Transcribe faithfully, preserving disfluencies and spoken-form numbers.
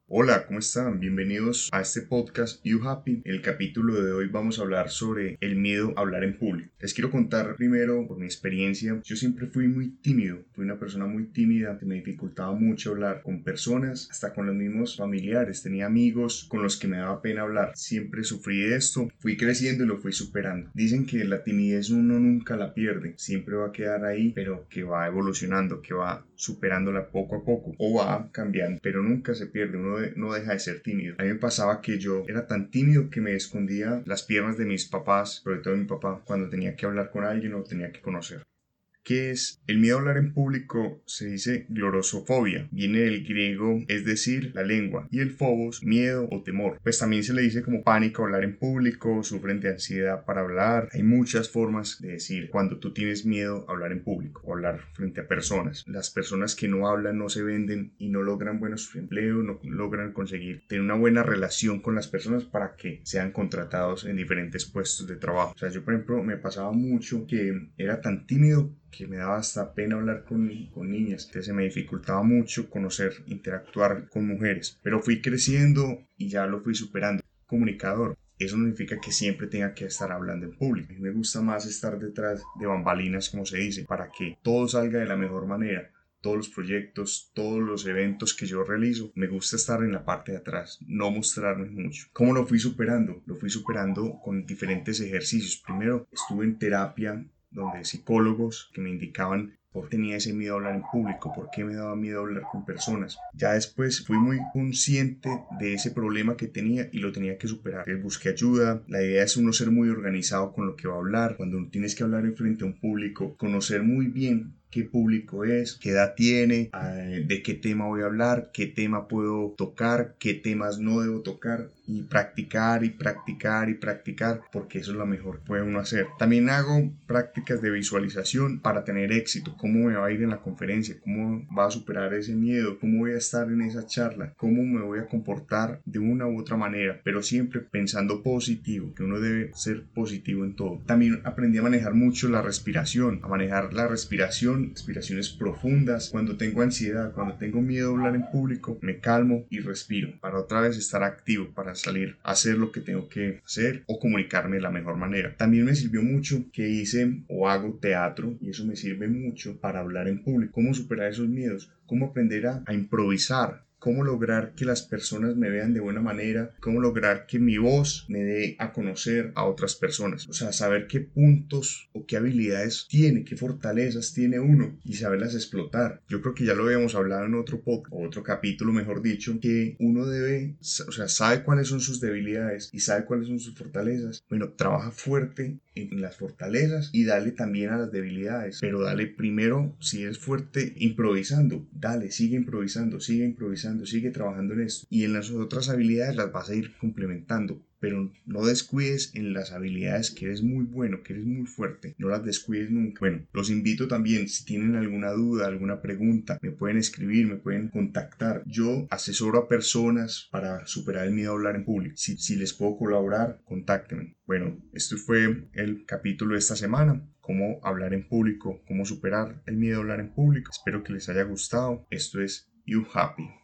Hola, ¿cómo están? Bienvenidos a este podcast You Happy. En el capítulo de hoy vamos a hablar sobre el miedo a hablar en público. Les quiero contar primero por mi experiencia. Yo siempre fui muy tímido, fui una persona muy tímida, que me dificultaba mucho hablar con personas, hasta con los mismos familiares. Tenía amigos con los que me daba pena hablar. Siempre sufrí de esto, fui creciendo y lo fui superando. Dicen que la timidez uno nunca la pierde, siempre va a quedar ahí, pero que va evolucionando, que va superándola poco a poco o va cambiando, pero nunca se pierde. Uno de, no deja de ser tímido. A mí me pasaba que yo era tan tímido que me escondía las piernas de mis papás, sobre todo de mi papá, cuando tenía que hablar con alguien o tenía que conocer. ¿Qué es? El miedo a hablar en público se dice glosofobia, viene del griego, es decir, la lengua, y el phobos, miedo o temor. Pues también se le dice como pánico a hablar en público, sufren de ansiedad para hablar. Hay muchas formas de decir cuando tú tienes miedo a hablar en público o hablar frente a personas. Las personas que no hablan no se venden y no logran buenos empleos, no logran conseguir tener una buena relación con las personas para que sean contratados en diferentes puestos de trabajo. O sea, yo por ejemplo me pasaba mucho que era tan tímido que me daba hasta pena hablar con, con niñas, entonces se me dificultaba mucho conocer, interactuar con mujeres, pero fui creciendo y ya lo fui superando. Comunicador, eso no significa que siempre tenga que estar hablando en público. A mí me gusta más estar detrás de bambalinas, como se dice, para que todo salga de la mejor manera. Todos los proyectos, todos los eventos que yo realizo, me gusta estar en la parte de atrás, no mostrarme mucho. ¿Cómo lo fui superando? Lo fui superando con diferentes ejercicios. Primero, estuve en terapia donde psicólogos que me indicaban por qué tenía ese miedo a hablar en público, por qué me daba miedo hablar con personas. Ya después fui muy consciente de ese problema que tenía y lo tenía que superar. Busqué ayuda. La idea es uno ser muy organizado con lo que va a hablar. Cuando uno tienes que hablar en frente a un público, conocer muy bien qué público es, qué edad tiene, de qué tema voy a hablar, qué tema puedo tocar, qué temas no debo tocar, y practicar y practicar y practicar, porque eso es lo mejor que puede uno hacer. También hago prácticas de visualización para tener éxito. Cómo me va a ir en la conferencia, cómo va a superar ese miedo, cómo voy a estar en esa charla, cómo me voy a comportar de una u otra manera, pero siempre pensando positivo, que uno debe ser positivo en todo. También aprendí a manejar mucho la respiración, a manejar la respiración, respiraciones profundas. Cuando tengo ansiedad, cuando tengo miedo a hablar en público, me calmo y respiro para otra vez estar activo, para salir a hacer lo que tengo que hacer o comunicarme de la mejor manera. También me sirvió mucho que hice o hago teatro, y eso me sirve mucho para hablar en público. Cómo superar esos miedos, cómo aprender a, a improvisar, cómo lograr que las personas me vean de buena manera, cómo lograr que mi voz me dé a conocer a otras personas. O sea, saber qué puntos o qué habilidades tiene, qué fortalezas tiene uno y saberlas explotar. Yo creo que ya lo habíamos hablado en otro podcast, o otro capítulo mejor dicho, que uno debe, o sea, sabe cuáles son sus debilidades y sabe cuáles son sus fortalezas. Bueno, trabaja fuerte en las fortalezas y dale también a las debilidades, pero dale primero, si eres fuerte improvisando, dale, sigue improvisando, sigue improvisando, sigue trabajando en esto, y en las otras habilidades las vas a ir complementando, pero no descuides en las habilidades que eres muy bueno, que eres muy fuerte, no las descuides nunca. Bueno, los invito también, si tienen alguna duda, alguna pregunta, me pueden escribir, me pueden contactar. Yo asesoro a personas para superar el miedo a hablar en público. Si, si les puedo colaborar, contáctenme. Bueno, esto fue el capítulo de esta semana, cómo hablar en público, cómo superar el miedo a hablar en público. Espero que les haya gustado. Esto es You Happy.